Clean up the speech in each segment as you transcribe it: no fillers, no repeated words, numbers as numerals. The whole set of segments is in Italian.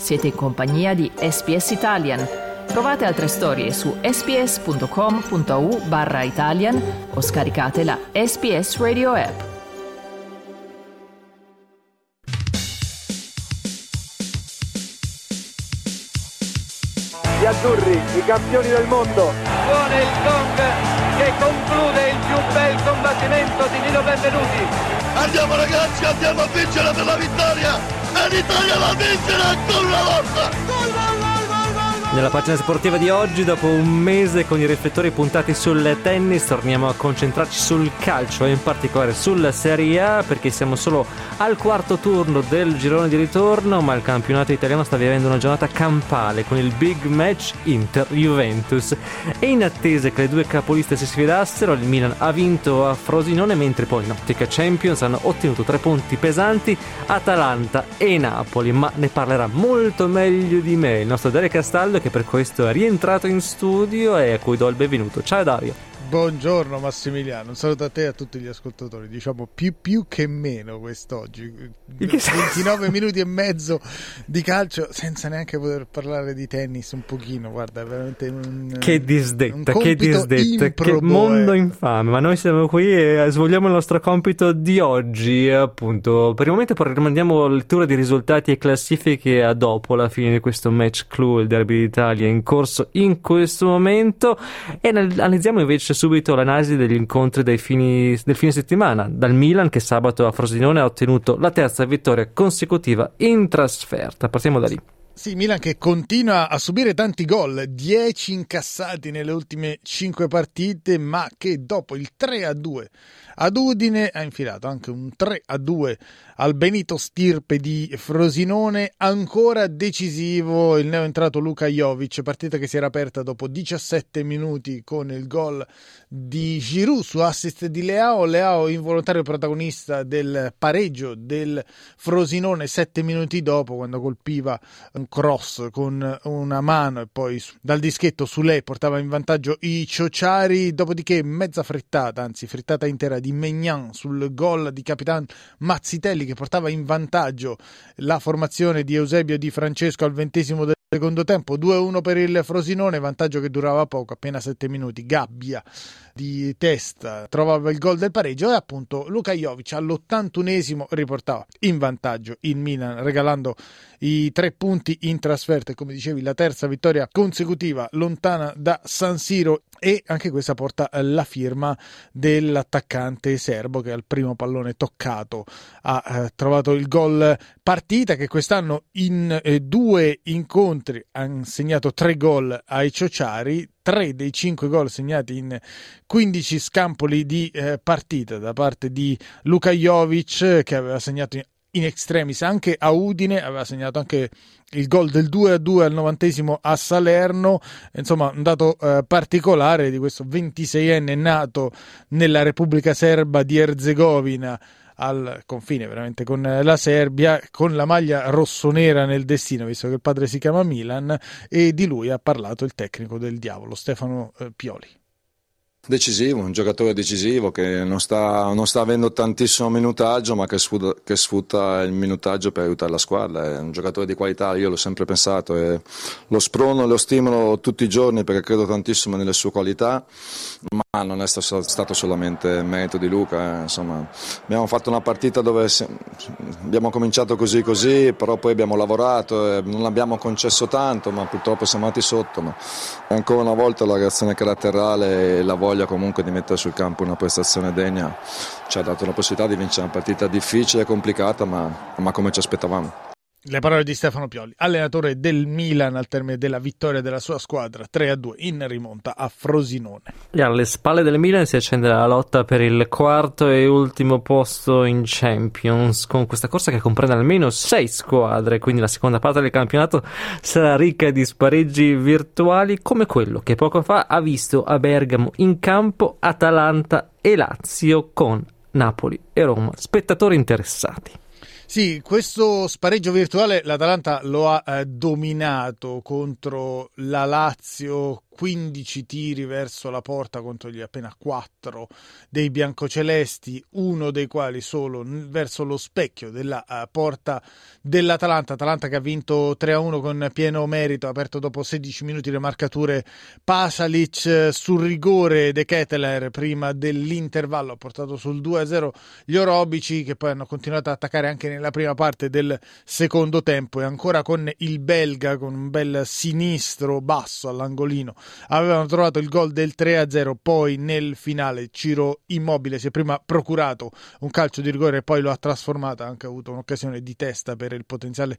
Siete in compagnia di SPS Italian. Trovate altre storie su sps.com.au/Italian o scaricate la SPS Radio app. Gli azzurri, i campioni del mondo. Suona il gong che conclude il più bel combattimento di Nino Benvenuti. Andiamo ragazzi, andiamo a vincere per la vittoria! E l'Italia va a vincere ancora una volta! Nella pagina sportiva di oggi, dopo un mese con i riflettori puntati sul tennis, torniamo a concentrarci sul calcio e in particolare sulla Serie A, perché siamo solo al quarto turno del girone di ritorno, ma il campionato italiano sta vivendo una giornata campale con il big match Inter-Juventus. E in attesa che le due capoliste si sfidassero, il Milan ha vinto a Frosinone, mentre poi in ottica Champions hanno ottenuto 3 punti pesanti Atalanta e Napoli. Ma ne parlerà molto meglio di me il nostro Dario Castaldo, che per questo è rientrato in studio e a cui do il benvenuto. Ciao Dario. Buongiorno Massimiliano, un saluto a te e a tutti gli ascoltatori. Diciamo più che meno quest'oggi. 29 minuti e mezzo di calcio senza neanche poter parlare di tennis un pochino. Guarda, è veramente che disdetta, che mondo infame. Ma noi siamo qui e svolgiamo il nostro compito di oggi, appunto. Per il momento rimandiamo lettura di risultati e classifiche a dopo la fine di questo match clou, il Derby d'Italia in corso in questo momento, e analizziamo invece subito l'analisi degli incontri del fine settimana. Dal Milan, che sabato a Frosinone ha ottenuto la terza vittoria consecutiva in trasferta. Partiamo da lì. Sì, Milan che continua a subire tanti gol, 10 incassati nelle ultime 5 partite, ma che dopo il 3-2 ad Udine ha infilato anche un 3-2 al Benito Stirpe di Frosinone. Ancora decisivo il neoentrato Luka Jovic, partita che si era aperta dopo 17 minuti con il gol di Giroud su assist di Leao, involontario protagonista del pareggio del Frosinone 7 minuti dopo, quando colpiva un cross con una mano e poi dal dischetto su lei portava in vantaggio i ciociari. Dopodiché mezza frittata, anzi frittata intera di Maignan sul gol di Capitan Mazzitelli, che portava in vantaggio la formazione di Eusebio Di Francesco al 20° del secondo tempo. 2-1 per il Frosinone, vantaggio che durava poco, appena 7 minuti. Gabbia di testa trovava il gol del pareggio e appunto Luka Jovic all'81° riportava in vantaggio il Milan, regalando i 3 punti in trasferta e, come dicevi, la terza vittoria consecutiva lontana da San Siro. E anche questa porta la firma dell'attaccante serbo, che al primo pallone toccato ha trovato il gol partita, che quest'anno in 2 incontri ha segnato 3 gol ai ciociari, 3 dei 5 gol segnati in 15 scampoli di partita da parte di Luka Jovic, che aveva segnato in extremis anche a Udine, aveva segnato anche il gol del 2-2 al 90° a Salerno. Insomma, un dato particolare di questo 26enne nato nella Repubblica Serba di Erzegovina, al confine veramente con la Serbia, con la maglia rossonera nel destino, visto che il padre si chiama Milan, e di lui ha parlato il tecnico del Diavolo, Stefano Pioli. Decisivo, un giocatore decisivo che non sta avendo tantissimo minutaggio, ma che sfrutta il minutaggio per aiutare la squadra. È un giocatore di qualità, io l'ho sempre pensato e lo sprono e lo stimolo tutti i giorni, perché credo tantissimo nelle sue qualità, ma non è stato solamente merito di Luka. Insomma, abbiamo fatto una partita dove abbiamo cominciato così, però poi abbiamo lavorato e non abbiamo concesso tanto, ma purtroppo siamo andati sotto. Ma ancora una volta la reazione caratteriale e la voglia comunque di mettere sul campo una prestazione degna ci ha dato la possibilità di vincere una partita difficile e complicata, ma come ci aspettavamo. Le parole di Stefano Pioli, allenatore del Milan, al termine della vittoria della sua squadra 3-2 in rimonta a Frosinone. E alle spalle del Milan si accende la lotta per il quarto e ultimo posto in Champions, con questa corsa che comprende almeno 6 squadre, quindi la seconda parte del campionato sarà ricca di spareggi virtuali, come quello che poco fa ha visto a Bergamo in campo Atalanta e Lazio, con Napoli e Roma spettatori interessati. Sì, questo spareggio virtuale l'Atalanta lo ha dominato contro la Lazio 15 tiri verso la porta contro gli appena 4 dei biancocelesti, uno dei quali solo verso lo specchio della porta dell'Atalanta. Atalanta che ha vinto 3-1 con pieno merito, ha aperto dopo 16 minuti le marcature Pasalic, sul rigore De Ketelaere prima dell'intervallo ha portato sul 2-0 gli orobici, che poi hanno continuato ad attaccare anche nella prima parte del secondo tempo, e ancora con il belga con un bel sinistro basso all'angolino avevano trovato il gol del 3-0. Poi nel finale Ciro Immobile si è prima procurato un calcio di rigore e poi lo ha trasformato, ha anche avuto un'occasione di testa per il potenziale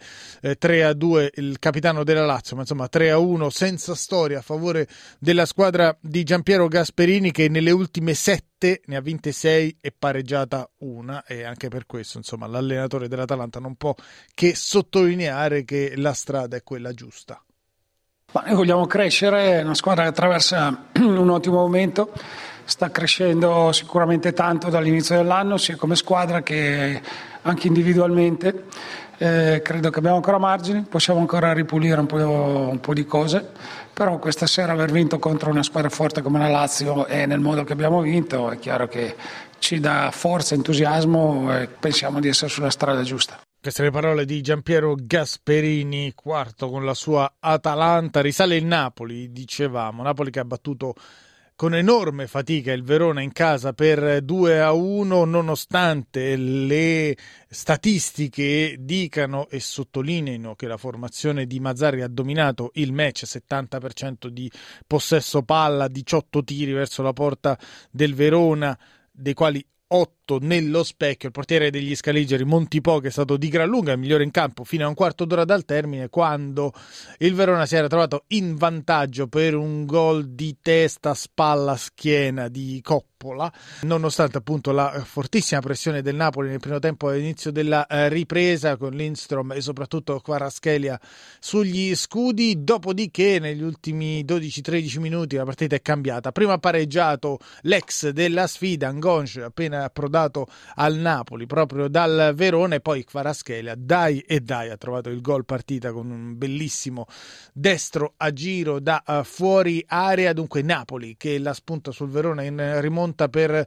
3-2 il capitano della Lazio, ma insomma 3-1 senza storia a favore della squadra di Giampiero Gasperini, che nelle ultime 7 ne ha vinte 6 e pareggiata una, e anche per questo insomma l'allenatore dell'Atalanta non può che sottolineare che la strada è quella giusta. Ma noi vogliamo crescere, è una squadra che attraversa un ottimo momento, sta crescendo sicuramente tanto dall'inizio dell'anno, sia come squadra che anche individualmente. Credo che abbiamo ancora margini, possiamo ancora ripulire un po' di cose, però questa sera aver vinto contro una squadra forte come la Lazio e nel modo che abbiamo vinto è chiaro che ci dà forza, entusiasmo e pensiamo di essere sulla strada giusta. Queste le parole di Giampiero Gasperini, quarto con la sua Atalanta. Risale il Napoli, dicevamo, Napoli che ha battuto con enorme fatica il Verona in casa per 2-1, nonostante le statistiche dicano e sottolineino che la formazione di Mazzarri ha dominato il match, 70% di possesso palla, 18 tiri verso la porta del Verona, dei quali 8 nello specchio. Il portiere degli Scaligeri, Montipò, che è stato di gran lunga il migliore in campo fino a un quarto d'ora dal termine, quando il Verona si era trovato in vantaggio per un gol di testa, spalla, schiena di Coppola, nonostante appunto la fortissima pressione del Napoli nel primo tempo all'inizio della ripresa, con Lindstrom e soprattutto Kvaratskhelia sugli scudi. Dopodiché negli ultimi 12-13 minuti la partita è cambiata. Prima ha pareggiato l'ex della sfida Angonge, appena approdato al Napoli proprio dal Verona, e poi Kvaratskhelia ha trovato il gol partita con un bellissimo destro a giro da fuori area. Dunque Napoli che la spunta sul Verona in rimonta per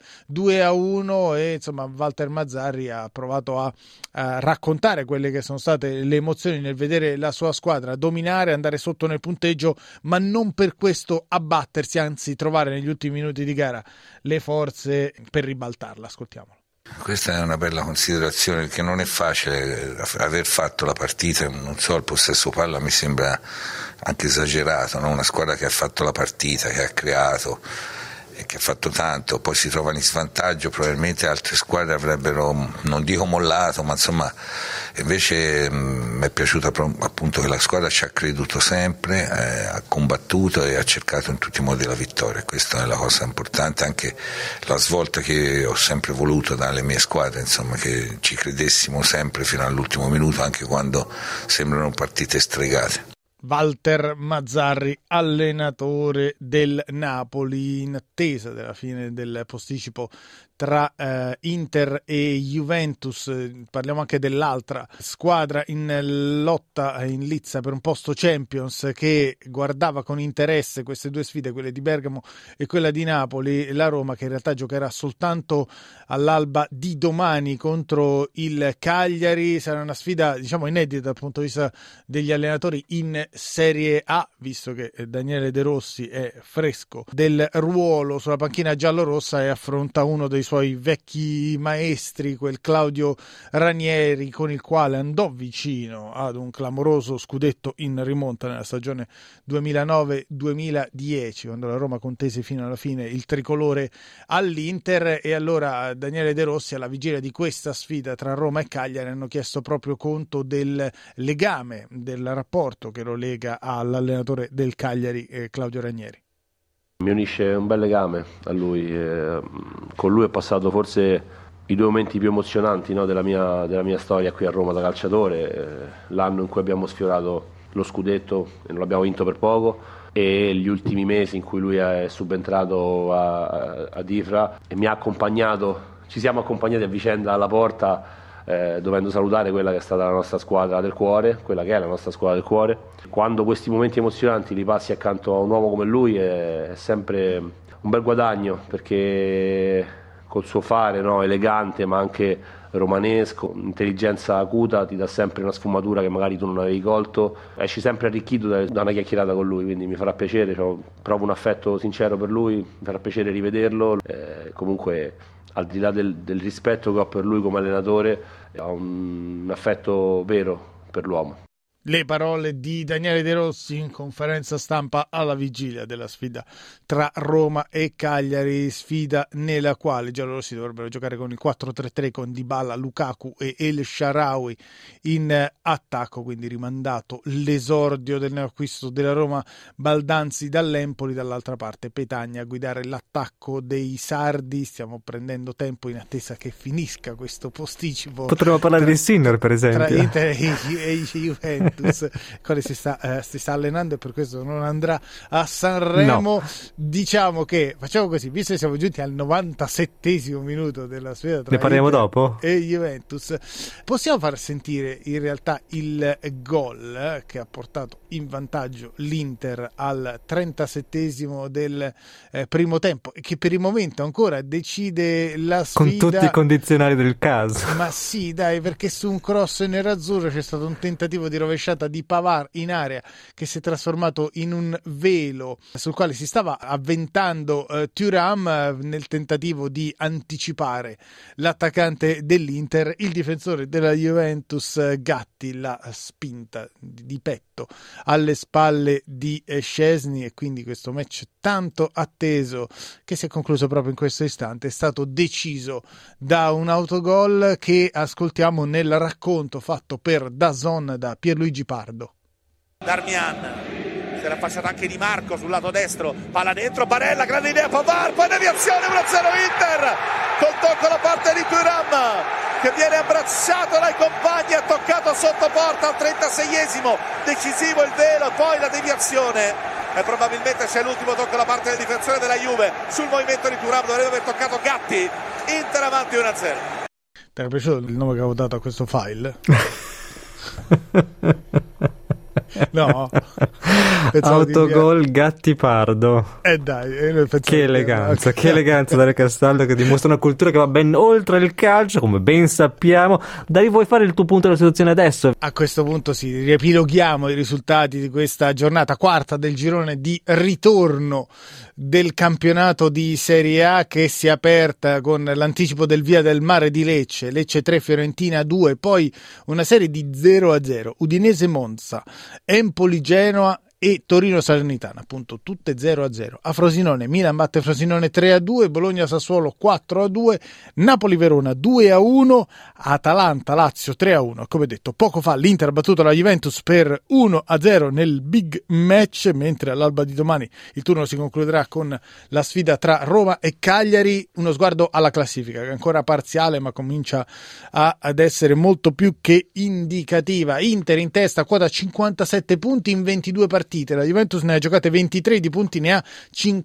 2-1, e insomma Walter Mazzarri ha provato a raccontare quelle che sono state le emozioni nel vedere la sua squadra dominare, andare sotto nel punteggio, ma non per questo abbattersi, anzi trovare negli ultimi minuti di gara le forze per ribaltarla. Ascoltiamolo. Questa è una bella considerazione, perché non è facile aver fatto la partita, non so, il possesso palla mi sembra anche esagerato, no? Una squadra che ha fatto la partita, che ha creato e che ha fatto tanto, poi si trova in svantaggio, probabilmente altre squadre avrebbero, non dico mollato, ma insomma, invece mi è piaciuto appunto che la squadra ci ha creduto sempre, ha combattuto e ha cercato in tutti i modi la vittoria. Questa è la cosa importante, anche la svolta che ho sempre voluto dalle mie squadre, insomma, che ci credessimo sempre fino all'ultimo minuto, anche quando sembrano partite stregate. Walter Mazzarri, allenatore del Napoli, in attesa della fine del posticipo tra Inter e Juventus. Parliamo anche dell'altra squadra in lotta, in lizza per un posto Champions, che guardava con interesse queste due sfide, quelle di Bergamo e quella di Napoli, la Roma, che in realtà giocherà soltanto all'alba di domani contro il Cagliari. Sarà una sfida, diciamo, inedita dal punto di vista degli allenatori in Serie A, visto che Daniele De Rossi è fresco del ruolo sulla panchina giallorossa e affronta uno dei suoi vecchi maestri, quel Claudio Ranieri, con il quale andò vicino ad un clamoroso scudetto in rimonta nella stagione 2009-2010, quando la Roma contese fino alla fine il tricolore all'Inter. E allora Daniele De Rossi, alla vigilia di questa sfida tra Roma e Cagliari, hanno chiesto proprio conto del legame, del rapporto che lo lega all'allenatore del Cagliari, Claudio Ranieri. Mi unisce un bel legame a lui, con lui ho passato forse i 2 momenti più emozionanti, no, della mia storia qui a Roma da calciatore, l'anno in cui abbiamo sfiorato lo scudetto e non l'abbiamo vinto per poco, e gli ultimi mesi in cui lui è subentrato ad Ifra e mi ha accompagnato, ci siamo accompagnati a vicenda alla porta dovendo salutare quella che è stata la nostra squadra del cuore, quella che è la nostra squadra del cuore. Quando questi momenti emozionanti li passi accanto a un uomo come lui è sempre un bel guadagno, perché col suo fare, no, elegante ma anche romanesco, intelligenza acuta, ti dà sempre una sfumatura che magari tu non avevi colto, esci sempre arricchito da una chiacchierata con lui, quindi mi farà piacere, provo un affetto sincero per lui, mi farà piacere rivederlo, comunque al di là del rispetto che ho per lui come allenatore, ho un affetto vero per l'uomo. Le parole di Daniele De Rossi in conferenza stampa alla vigilia della sfida tra Roma e Cagliari, sfida nella quale i giallorossi dovrebbero giocare con il 4-3-3 con Dybala, Lukaku e El Shaarawy in attacco, quindi rimandato l'esordio del neoacquisto della Roma Baldanzi dall'Empoli, dall'altra parte Petagna a guidare l'attacco dei sardi. Stiamo prendendo tempo in attesa che finisca questo posticipo. Potremmo parlare di Sinner, per esempio, tra Inter e Juventus, quale si sta allenando e per questo non andrà a Sanremo. No. Diciamo che facciamo così, visto che siamo giunti al 97esimo minuto della sfida tra ne parliamo Inter dopo e Juventus, possiamo far sentire in realtà il gol che ha portato in vantaggio l'Inter al 37esimo del primo tempo e che per il momento ancora decide la sfida, con tutti i condizionali del caso. Ma sì, dai, perché su un cross nerazzurro c'è stato un tentativo di rovesciata di Pavard in area che si è trasformato in un velo sul quale si stava avventando Thuram nel tentativo di anticipare l'attaccante dell'Inter. Il difensore della Juventus Gatti l'ha spinta di petto alle spalle di Szczesny e quindi questo match tanto atteso, che si è concluso proprio in questo istante, è stato deciso da un autogol che ascoltiamo nel racconto fatto per DAZN da Pierluigi Pardo. Darmian, si era affacciato anche Di Marco sul lato destro, palla dentro, Barella, grande idea, Pavard, poi deviazione, 1-0 Inter, col tocco da parte di Thuram che viene abbracciato dai compagni, ha toccato sotto porta al 36esimo, decisivo il velo, poi la deviazione e probabilmente c'è l'ultimo tocco da parte del difensore della Juve sul movimento di Thuram, dovrebbe aver toccato Gatti. Inter avanti 1-0. Ti è piaciuto il nome che avevo dato a questo file? No, autogol Gatti Pardo. Dai, che eleganza, che eleganza Dario Castaldo, che dimostra una cultura che va ben oltre il calcio, come ben sappiamo. Dai, vuoi fare il tuo punto della situazione adesso? A questo punto sì, riepiloghiamo i risultati di questa giornata quarta del girone di ritorno del campionato di Serie A, che si è aperta con l'anticipo del via del mare di Lecce 3, Fiorentina 2, poi una serie di 0-0, Udinese Monza, Empoli Genoa e Torino Salernitana, appunto tutte 0-0. A Frosinone Milan batte Frosinone 3-2, Bologna Sassuolo 4-2, Napoli Verona 2-1, Atalanta Lazio 3-1. Come detto poco fa, l'Inter ha battuto la Juventus per 1-0 nel big match, mentre all'alba di domani il turno si concluderà con la sfida tra Roma e Cagliari. Uno sguardo alla classifica, che è ancora parziale ma comincia ad essere molto più che indicativa. Inter in testa, quota 57 punti in 22 partite. La Juventus ne ha giocate 23, di punti ne ha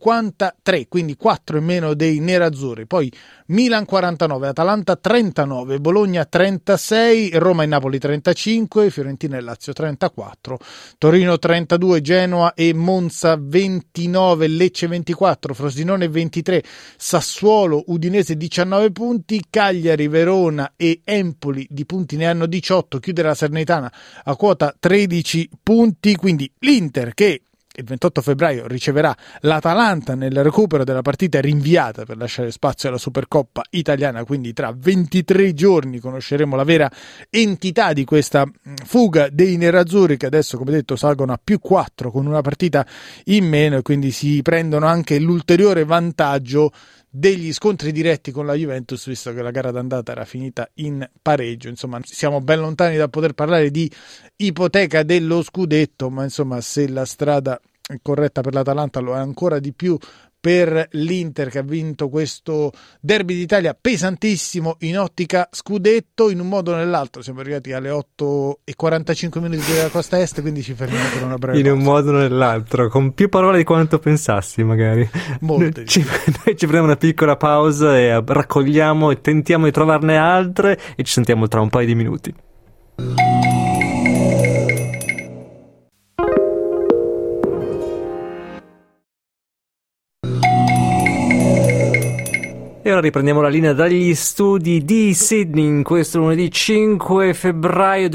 53, quindi 4 in meno dei nerazzurri. Poi Milan 49, Atalanta 39, Bologna 36, Roma e Napoli 35, Fiorentina e Lazio 34, Torino 32, Genoa e Monza 29, Lecce 24, Frosinone 23, Sassuolo, Udinese 19 punti, Cagliari, Verona e Empoli di punti ne hanno 18, chiude la Salernitana a quota 13 punti, quindi l'Inter che il 28 febbraio riceverà l'Atalanta nel recupero della partita rinviata per lasciare spazio alla Supercoppa italiana, quindi tra 23 giorni conosceremo la vera entità di questa fuga dei nerazzurri, che adesso, come detto, salgono a più 4 con una partita in meno e quindi si prendono anche l'ulteriore vantaggio degli scontri diretti con la Juventus, visto che la gara d'andata era finita in pareggio. Insomma, siamo ben lontani da poter parlare di ipoteca dello scudetto, ma insomma, se la strada corretta per l'Atalanta lo è ancora di più per l'Inter, che ha vinto questo derby d'Italia pesantissimo in ottica scudetto. In un modo o nell'altro siamo arrivati alle 8:45 minuti della costa est, quindi ci fermiamo per una breve in pausa. Un modo o nell'altro, con più parole di quanto pensassi magari. Molte. Noi ci prendiamo una piccola pausa e raccogliamo e tentiamo di trovarne altre e ci sentiamo tra un paio di minuti. E ora riprendiamo la linea dagli studi di Sydney in questo lunedì 5 febbraio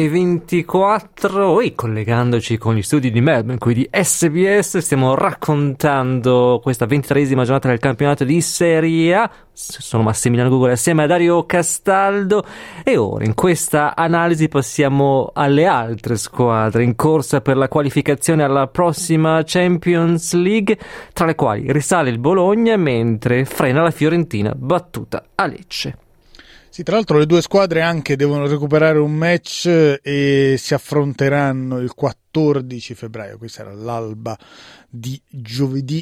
2024 e collegandoci con gli studi di Melbourne, qui di SBS, stiamo raccontando questa 23esima giornata del campionato di Serie A. Sono Massimiliano Gugoli assieme a Dario Castaldo e ora in questa analisi passiamo alle altre squadre in corsa per la qualificazione alla prossima Champions League, tra le quali risale il Bologna mentre frena la Fiorentina battuta a Lecce. Sì, tra l'altro le due squadre anche devono recuperare un match e si affronteranno il 14 febbraio, questa era l'alba di giovedì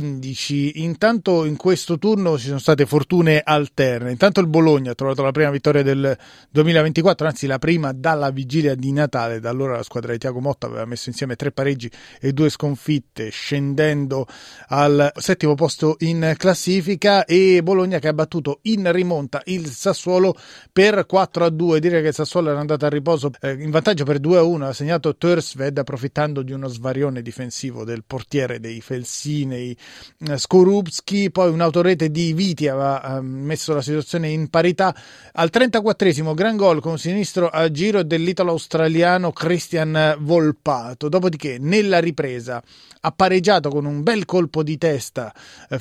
15. Intanto in questo turno ci sono state fortune alterne. Intanto il Bologna ha trovato la prima vittoria del 2024, anzi la prima dalla vigilia di Natale. Da allora la squadra di Thiago Motta aveva messo insieme 3 pareggi e 2 sconfitte, scendendo al 7° posto in classifica, e Bologna che ha battuto in rimonta il Sassuolo per 4-2. Dire che il Sassuolo era andato a riposo in vantaggio per 2-1, ha segnato Thursved approfittando di uno svarione difensivo del portiere dei Felsinei Skorupski. Poi un'autorete di Viti aveva messo la situazione in parità. Al 34esimo gran gol con sinistro a giro dell'italo australiano Christian Volpato. Dopodiché nella ripresa ha pareggiato con un bel colpo di testa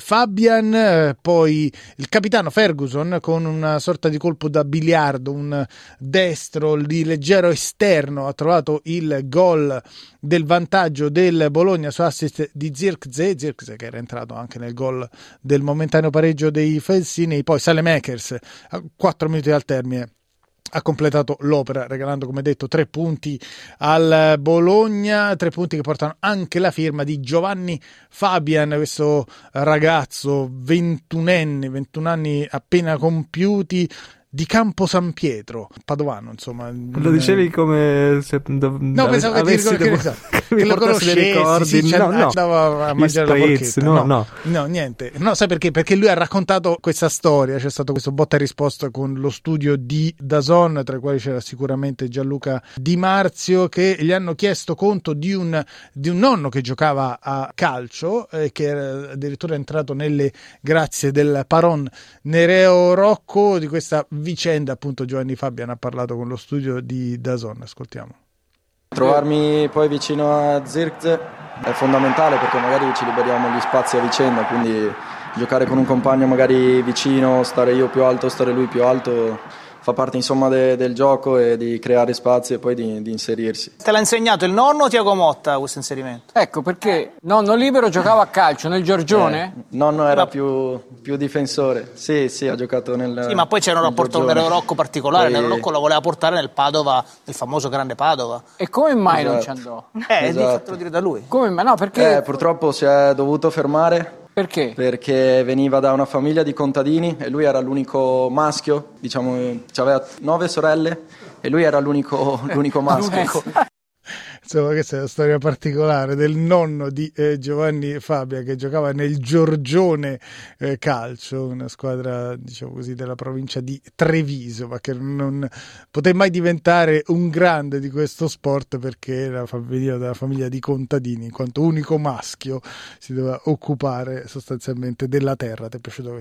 Fabian, poi il capitano Ferguson con una sorta di colpo da biliardo, un destro di leggero esterno, ha trovato il gol del vantaggio del Bologna su assist di Zirkzee che era entrato anche nel gol del momentaneo pareggio dei Felsinei. Poi Saelemaekers a 4 minuti al termine ha completato l'opera regalando, come detto, 3 punti al Bologna, 3 punti che portano anche la firma di Giovanni Fabian, questo ragazzo 21 anni appena compiuti, di Campo San Pietro, padovano, insomma. Lo dicevi come se no, pensavo che lo conoscessi, sì, andava a mangiare la porchetta. No, niente. No, sai perché? Perché lui ha raccontato questa storia, c'è stato questo botta e risposta con lo studio di DAZN, tra i quali c'era sicuramente Gianluca Di Marzio, che gli hanno chiesto conto di un nonno che giocava a calcio, che era addirittura entrato nelle grazie del Paron Nereo Rocco. Di questa vicenda appunto Giovanni Fabian ha parlato con lo studio di DAZN. Ascoltiamo. Trovarmi poi vicino a Zirkzee è fondamentale, perché magari ci liberiamo gli spazi a vicenda, quindi giocare con un compagno magari vicino, stare io più alto, stare lui più alto, fa parte insomma del gioco e di creare spazi e poi di inserirsi. Te l'ha insegnato il nonno o Thiago Motta questo inserimento? Ecco, perché nonno libero giocava a calcio nel Giorgione? Nonno era più difensore, sì, ha giocato nel... Sì, ma poi c'era un rapporto con Nereo Rocco particolare, Nereo Rocco la voleva portare nel Padova, nel famoso grande Padova. E come mai non ci andò? Fatelo dire da lui. Come mai? No, perché... purtroppo si è dovuto fermare. Perché? Perché veniva da una famiglia di contadini e lui era l'unico maschio, diciamo, aveva 9 sorelle e lui era l'unico maschio. Insomma, questa è una storia particolare del nonno di Giovanni Fabian, che giocava nel Giorgione Calcio, una squadra, diciamo così, della provincia di Treviso, ma che non poté mai diventare un grande di questo sport perché veniva dalla famiglia di contadini, in quanto unico maschio si doveva occupare sostanzialmente della terra. Ti è piaciuta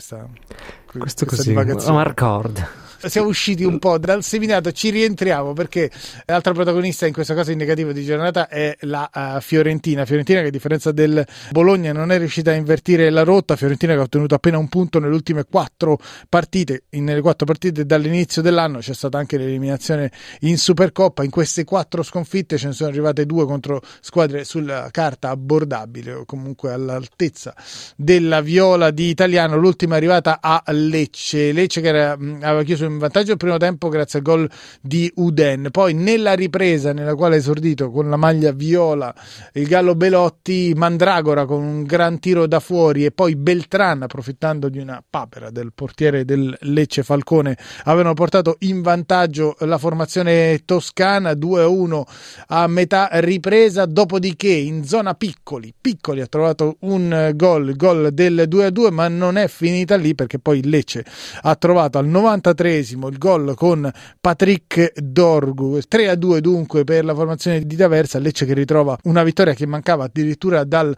questo così, Marcord? Siamo usciti un po' dal seminato, ci rientriamo perché l'altra protagonista in questo caso in negativo di giornata è la Fiorentina che a differenza del Bologna non è riuscita a invertire la rotta. Fiorentina che ha ottenuto appena un punto nelle ultime 4 partite, nelle 4 partite dall'inizio dell'anno. C'è stata anche l'eliminazione in Supercoppa. In queste 4 sconfitte ce ne sono arrivate 2 contro squadre sulla carta abbordabili o comunque all'altezza della viola di Italiano. L'ultima è arrivata a Lecce che aveva chiuso in vantaggio il primo tempo grazie al gol di Uden. Poi nella ripresa, nella quale è esordito con la maglia viola il Gallo Belotti, Mandragora con un gran tiro da fuori e poi Beltran, approfittando di una papera del portiere del Lecce Falcone, avevano portato in vantaggio la formazione toscana 2-1 a metà ripresa. Dopodiché in zona Piccoli ha trovato un gol del 2-2, ma non è finita lì, perché poi il Lecce ha trovato al 93esimo il gol con Patrick Dorgu. 3-2 dunque per la formazione di D'Aversa, Lecce che ritrova una vittoria che mancava addirittura dal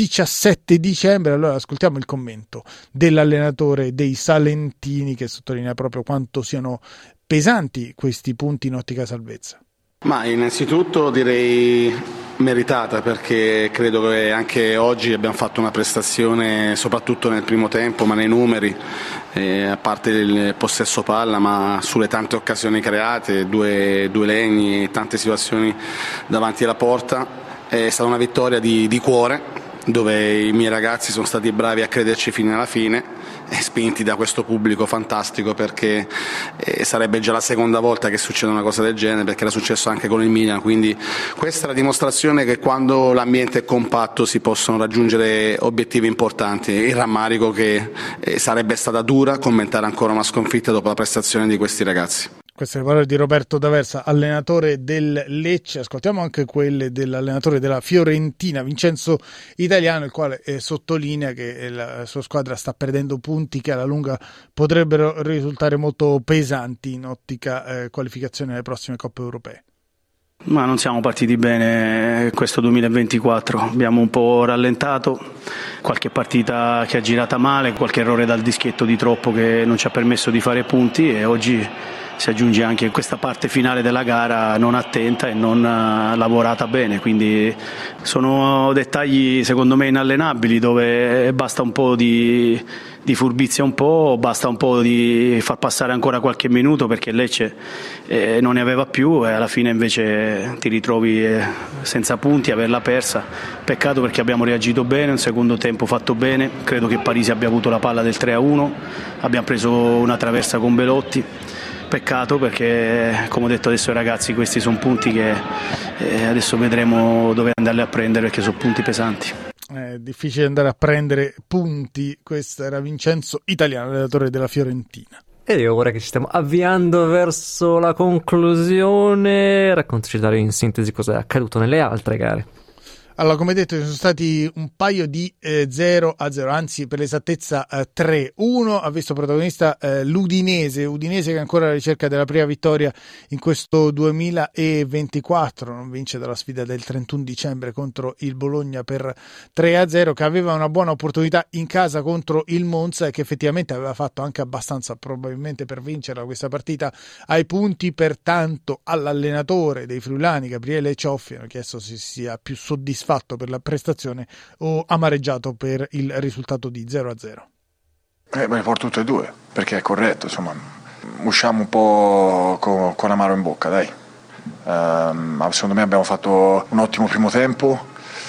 17 dicembre. Allora ascoltiamo il commento dell'allenatore dei salentini, che sottolinea proprio quanto siano pesanti questi punti in ottica salvezza. Ma innanzitutto direi meritata, perché credo che anche oggi abbiamo fatto una prestazione, soprattutto nel primo tempo, ma nei numeri, a parte il possesso palla, ma sulle tante occasioni create, due legni, tante situazioni davanti alla porta. È stata una vittoria di cuore, dove i miei ragazzi sono stati bravi a crederci fino alla fine, spinti da questo pubblico fantastico, perché sarebbe già la seconda volta che succede una cosa del genere, perché era successo anche con il Milan. Quindi questa è la dimostrazione che quando l'ambiente è compatto si possono raggiungere obiettivi importanti. Il rammarico che sarebbe stata dura commentare ancora una sconfitta dopo la prestazione di questi ragazzi. Queste le parole di Roberto D'Aversa, allenatore del Lecce. Ascoltiamo anche quelle dell'allenatore della Fiorentina, Vincenzo Italiano, il quale sottolinea che la sua squadra sta perdendo punti che alla lunga potrebbero risultare molto pesanti in ottica qualificazione alle prossime Coppe Europee. Ma non siamo partiti bene questo 2024, abbiamo un po' rallentato, qualche partita che ha girata male, qualche errore dal dischetto di troppo che non ci ha permesso di fare punti, e oggi si aggiunge anche questa parte finale della gara non attenta e non lavorata bene, quindi sono dettagli secondo me inallenabili, dove basta un po' di furbizia, basta un po' di far passare ancora qualche minuto, perché Lecce non ne aveva più e alla fine invece ti ritrovi senza punti, averla persa. Peccato, perché abbiamo reagito bene, un secondo tempo fatto bene, credo che Parisi abbia avuto la palla del 3-1, abbiamo preso una traversa con Belotti. Peccato, perché come ho detto adesso ai ragazzi, questi sono punti che adesso vedremo dove andarli a prendere, perché sono punti pesanti. È difficile andare a prendere punti. Questo era Vincenzo Italiano, allenatore della Fiorentina. E ora che ci stiamo avviando verso la conclusione, raccontaci in sintesi cosa è accaduto nelle altre gare. Allora, come detto, ci sono stati un paio di 0-0, anzi per l'esattezza 3-1, ha visto protagonista l'Udinese che è ancora alla ricerca della prima vittoria in questo 2024, non vince dalla sfida del 31 dicembre contro il Bologna per 3-0, che aveva una buona opportunità in casa contro il Monza e che effettivamente aveva fatto anche abbastanza probabilmente per vincerla questa partita ai punti. Pertanto all'allenatore dei friulani, Gabriele Cioffi, hanno chiesto se sia più soddisfatto per la prestazione o amareggiato per il risultato di 0-0. Me porto tutte e due, perché è corretto, insomma, usciamo un po' con l'amaro in bocca, dai. Secondo me abbiamo fatto un ottimo primo tempo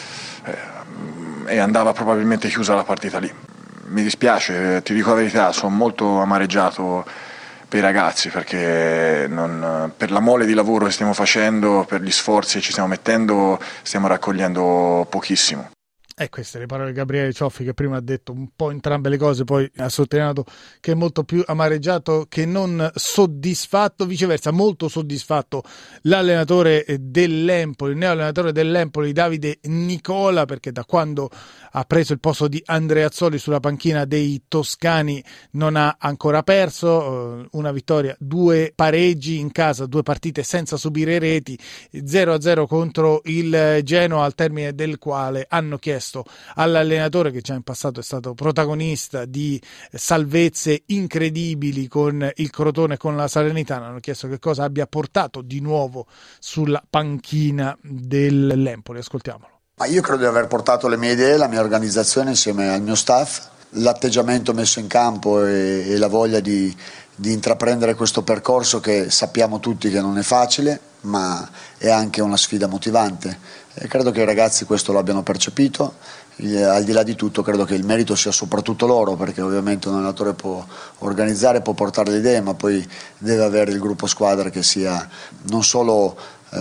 e andava probabilmente chiusa la partita lì. Mi dispiace, ti dico la verità, sono molto amareggiato per i ragazzi, perché per la mole di lavoro che stiamo facendo, per gli sforzi che ci stiamo mettendo, stiamo raccogliendo pochissimo. E queste le parole di Gabriele Cioffi, che prima ha detto un po' entrambe le cose, poi ha sottolineato che è molto più amareggiato che non soddisfatto. Viceversa, molto soddisfatto l'allenatore dell'Empoli, il neoallenatore dell'Empoli, Davide Nicola, perché da quando ha preso il posto di Andreazzoli sulla panchina dei toscani non ha ancora perso, una vittoria, 2 pareggi in casa, 2 partite senza subire reti, 0-0 contro il Genoa, al termine del quale hanno chiesto all'allenatore, che già in passato è stato protagonista di salvezze incredibili con il Crotone e con la Salernitana, hanno chiesto che cosa abbia portato di nuovo sulla panchina dell'Empoli. Ascoltiamolo. Ma io credo di aver portato le mie idee, la mia organizzazione insieme al mio staff, l'atteggiamento messo in campo e la voglia di di intraprendere questo percorso che sappiamo tutti che non è facile, ma è anche una sfida motivante, e credo che i ragazzi questo lo abbiano percepito. Al di là di tutto credo che il merito sia soprattutto loro, perché ovviamente un allenatore può organizzare, può portare le idee, ma poi deve avere il gruppo squadra che sia non solo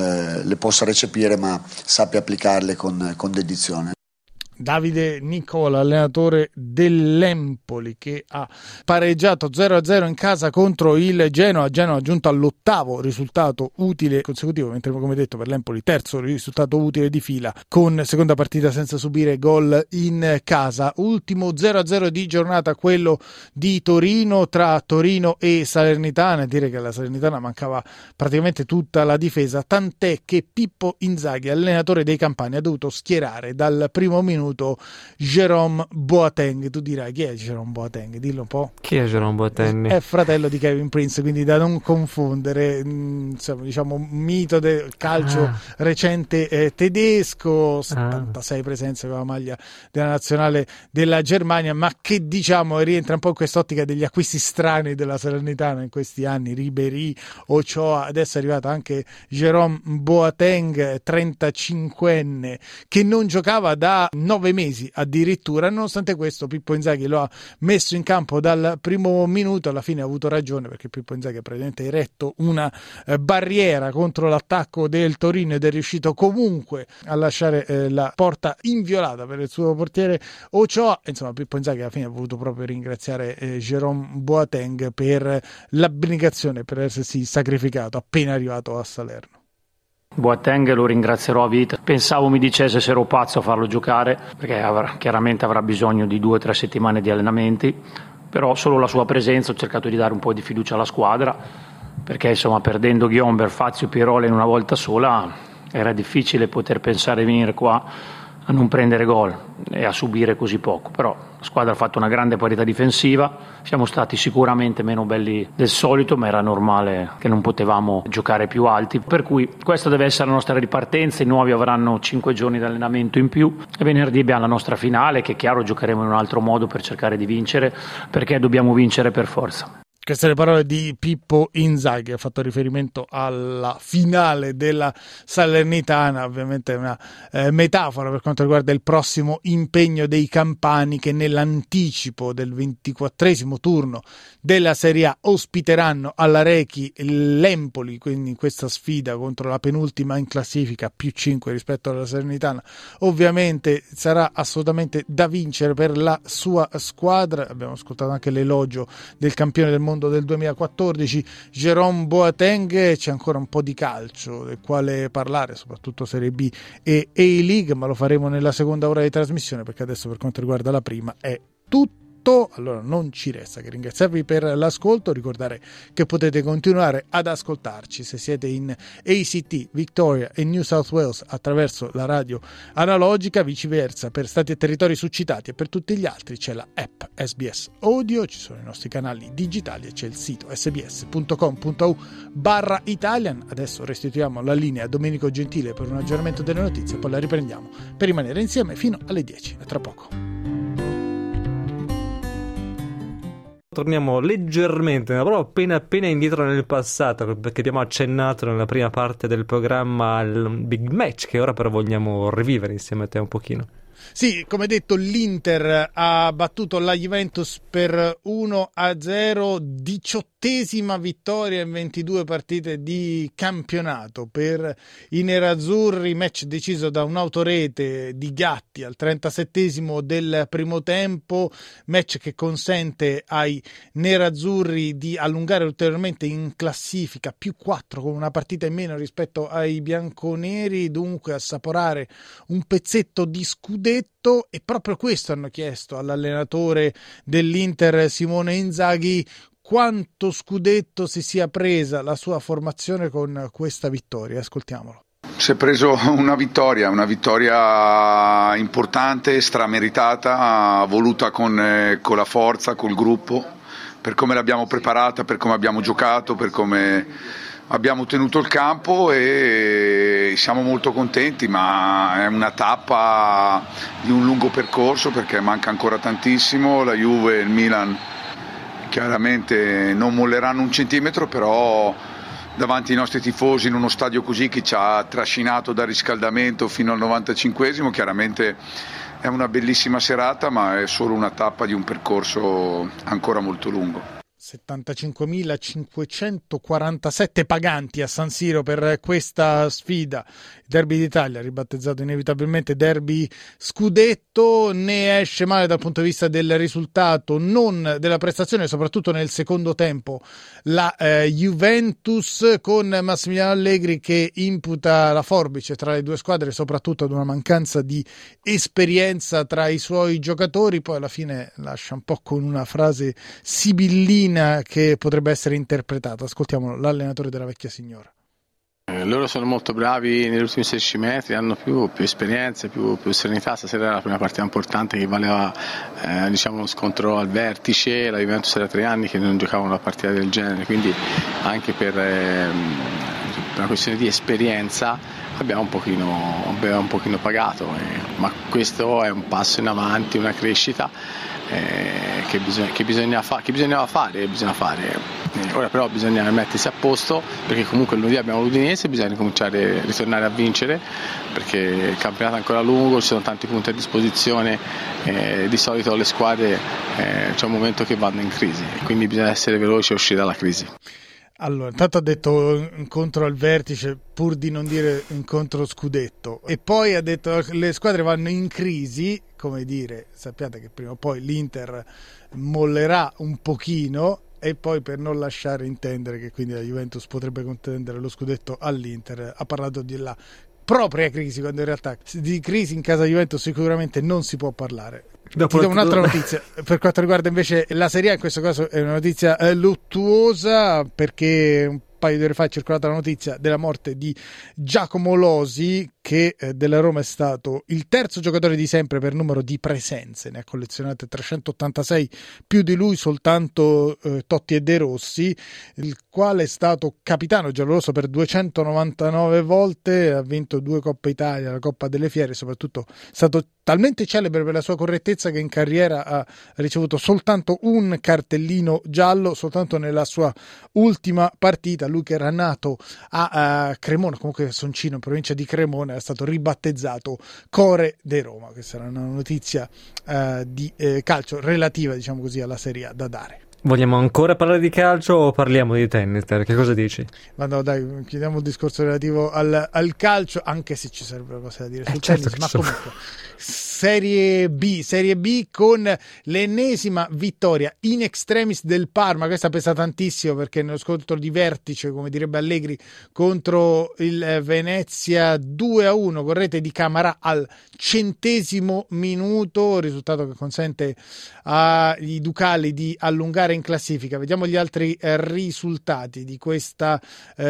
le possa recepire, ma sappia applicarle con dedizione. Davide Nicola, allenatore dell'Empoli, che ha pareggiato 0-0 in casa contro il Genoa. Genoa ha giunto all'8º risultato utile consecutivo, mentre come detto per l'Empoli terzo risultato utile di fila, con seconda partita senza subire gol in casa. Ultimo 0-0 di giornata, quello di Torino, tra Torino e Salernitana. Dire che alla Salernitana mancava praticamente tutta la difesa, tant'è che Pippo Inzaghi, allenatore dei Campani, ha dovuto schierare dal primo minuto Jérôme Boateng. Tu dirai, chi è Jérôme Boateng? Dillo un po'. Chi è Jérôme Boateng? È fratello di Kevin Prince, quindi da non confondere, insomma, diciamo mito del calcio recente tedesco, 76 presenze con la maglia della nazionale della Germania, ma che diciamo rientra un po' in quest'ottica degli acquisti strani della Salernitana in questi anni. Ribéry, Ochoa, adesso è arrivato anche Jérôme Boateng, 35enne, che non giocava da 9 mesi addirittura. Nonostante questo Pippo Inzaghi lo ha messo in campo dal primo minuto. Alla fine ha avuto ragione, perché Pippo Inzaghi ha praticamente eretto una barriera contro l'attacco del Torino ed è riuscito comunque a lasciare la porta inviolata per il suo portiere Ochoa. Insomma, Pippo Inzaghi alla fine ha voluto proprio ringraziare Jérôme Boateng per l'abnegazione, per essersi sacrificato appena arrivato a Salerno. Boateng lo ringrazierò a vita. Pensavo mi dicesse se ero pazzo a farlo giocare, perché chiaramente avrà bisogno di 2 o 3 settimane di allenamenti, però solo la sua presenza ho cercato di dare un po' di fiducia alla squadra, perché insomma perdendo Ghiomber, Fazio, Pirola in una volta sola era difficile poter pensare di venire qua a non prendere gol e a subire così poco. Però la squadra ha fatto una grande parità difensiva, siamo stati sicuramente meno belli del solito, ma era normale che non potevamo giocare più alti, per cui questa deve essere la nostra ripartenza. I nuovi avranno 5 giorni di allenamento in più e venerdì abbiamo la nostra finale, che è chiaro giocheremo in un altro modo per cercare di vincere, perché dobbiamo vincere per forza. Queste le parole di Pippo Inzaghi, ha fatto riferimento alla finale della Salernitana, ovviamente una metafora per quanto riguarda il prossimo impegno dei campani, che nell'anticipo del 24esimo turno della Serie A ospiteranno all'Arechi l'Empoli, quindi in questa sfida contro la penultima in classifica, più 5 rispetto alla Salernitana. Ovviamente sarà assolutamente da vincere per la sua squadra. Abbiamo ascoltato anche l'elogio del campione del mondo del 2014 Jérôme Boateng. C'è ancora un po' di calcio del quale parlare, soprattutto Serie B e A-League, ma lo faremo nella seconda ora di trasmissione, perché adesso per quanto riguarda la prima è tutto. Allora non ci resta che ringraziarvi per l'ascolto, ricordare che potete continuare ad ascoltarci se siete in ACT, Victoria e New South Wales attraverso la radio analogica, viceversa per stati e territori succitati, e per tutti gli altri c'è la app SBS Audio, ci sono i nostri canali digitali e c'è il sito sbs.com.au/Italian. Adesso restituiamo la linea a Domenico Gentile per un aggiornamento delle notizie, poi la riprendiamo per rimanere insieme fino alle 10. A tra poco. Torniamo leggermente, però appena indietro nel passato, perché abbiamo accennato nella prima parte del programma al big match che ora però vogliamo rivivere insieme a te un pochino. Sì, come detto, l'Inter ha battuto la Juventus per 1-0, 18ª vittoria in 22 partite di campionato per i nerazzurri, match deciso da un'autorete di Gatti al 37esimo del primo tempo, match che consente ai nerazzurri di allungare ulteriormente in classifica, più 4 con una partita in meno rispetto ai bianconeri, dunque assaporare un pezzetto di scudetto. E proprio questo hanno chiesto all'allenatore dell'Inter Simone Inzaghi: quanto scudetto si sia presa la sua formazione con questa vittoria. Ascoltiamolo. Si è preso una vittoria importante, strameritata, voluta con la forza, col gruppo, per come l'abbiamo preparata, per come abbiamo giocato, per come abbiamo tenuto il campo, e siamo molto contenti, ma è una tappa di un lungo percorso, perché manca ancora tantissimo. La Juve e il Milan chiaramente non molleranno un centimetro, però davanti ai nostri tifosi in uno stadio così che ci ha trascinato dal riscaldamento fino al 95esimo, chiaramente è una bellissima serata, ma è solo una tappa di un percorso ancora molto lungo. 75.547 paganti a San Siro per questa sfida, il Derby d'Italia, ribattezzato inevitabilmente Derby Scudetto. Ne esce male dal punto di vista del risultato, non della prestazione, soprattutto nel secondo tempo, la Juventus, con Massimiliano Allegri che imputa la forbice tra le due squadre soprattutto ad una mancanza di esperienza tra i suoi giocatori. Poi alla fine lascia un po' con una frase sibillina che potrebbe essere interpretata. Ascoltiamo l'allenatore della vecchia signora. Loro sono molto bravi negli ultimi 16 metri, hanno più esperienze, più serenità. Stasera era la prima partita importante che valeva uno scontro al vertice. La Juventus era 3 anni che non giocava una partita del genere, quindi anche per una questione di esperienza abbiamo un pochino pagato, ma questo è un passo in avanti, una crescita che bisognava fare. Ora però bisogna mettersi a posto, perché comunque lunedì abbiamo l'Udinese, bisogna ritornare a vincere, perché il campionato è ancora lungo, ci sono tanti punti a disposizione, di solito le squadre c'è un momento che vanno in crisi, quindi bisogna essere veloci e uscire dalla crisi. Allora, intanto ha detto incontro al vertice pur di non dire incontro scudetto, e poi ha detto le squadre vanno in crisi, come dire, sappiate che prima o poi l'Inter mollerà un pochino, e poi per non lasciare intendere che quindi la Juventus potrebbe contendere lo scudetto all'Inter ha parlato della propria crisi, quando in realtà di crisi in casa Juventus sicuramente non si può parlare. Ti do un'altra notizia per quanto riguarda invece la Serie A. In questo caso è una notizia luttuosa, perché un paio di ore fa è circolata la notizia della morte di Giacomo Losi, che della Roma è stato il terzo giocatore di sempre per numero di presenze, ne ha collezionate 386, più di lui soltanto Totti e De Rossi, il quale è stato capitano giallorosso per 299 volte, ha vinto 2 Coppa Italia, la Coppa delle Fiere, soprattutto è stato talmente celebre per la sua correttezza che in carriera ha ricevuto soltanto un cartellino giallo, soltanto nella sua ultima partita. Lui che era nato a Cremona, comunque Soncino, in provincia di Cremona, è stato ribattezzato Core de Roma. Questa era una notizia di calcio relativa, diciamo così, alla Serie A da dare. Vogliamo ancora parlare di calcio o parliamo di tennis? Che cosa dici? Ma no, dai, chiudiamo il discorso relativo al calcio, anche se ci sarebbero cose da dire sul tennis, ma comunque Serie B con l'ennesima vittoria in extremis del Parma. Questa pesa tantissimo, perché nello scontro di vertice, come direbbe Allegri, contro il Venezia 2-1 con rete di Camarà al 100° minuto, risultato che consente ai ducali di allungare in classifica. Vediamo gli altri risultati di questa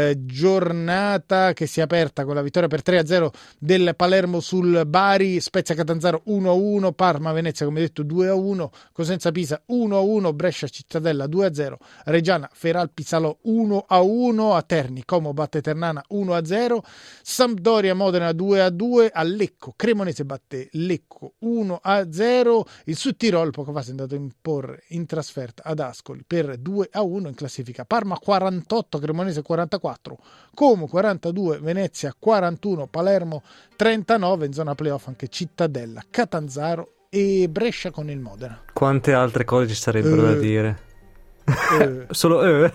giornata, che si è aperta con la vittoria per 3-0 del Palermo sul Bari, Spezia Catanzaro 1-1, Parma Venezia come detto 2-1, Cosenza Pisa 1-1, Brescia Cittadella 2-0, Reggiana Feral Pisalò 1-1, a Terni Como batte Ternana 1-0, Sampdoria Modena 2-2, a Lecco Cremonese batte Lecco 1-0, il Sud Tirol poco fa si è andato a imporre in trasferta ad Ascoli per 2-1, in classifica Parma 48, Cremonese 44, Como 42, Venezia 41, Palermo 39, in zona playoff anche Cittadella, Catanzaro e Brescia con il Modena. Quante altre cose ci sarebbero da dire? Solo lo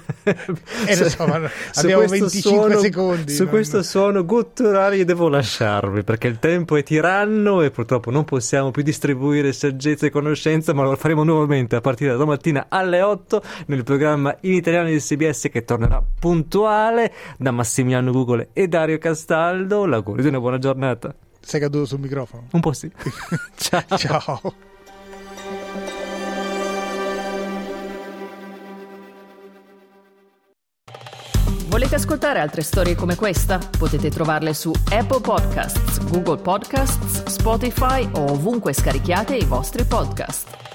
so, abbiamo 25 secondi. Su questo suono gutturale io devo lasciarvi, perché il tempo è tiranno e purtroppo non possiamo più distribuire saggezza e conoscenza, ma lo faremo nuovamente a partire da domattina alle 8 nel programma in italiano di CBS, che tornerà puntuale. Da Massimiliano Gugole e Dario Castaldo l'augurio di una buona giornata. Sei caduto sul microfono? Un po' sì. Ciao. Ciao. Volete ascoltare altre storie come questa? Potete trovarle su Apple Podcasts, Google Podcasts, Spotify o ovunque scarichiate i vostri podcast.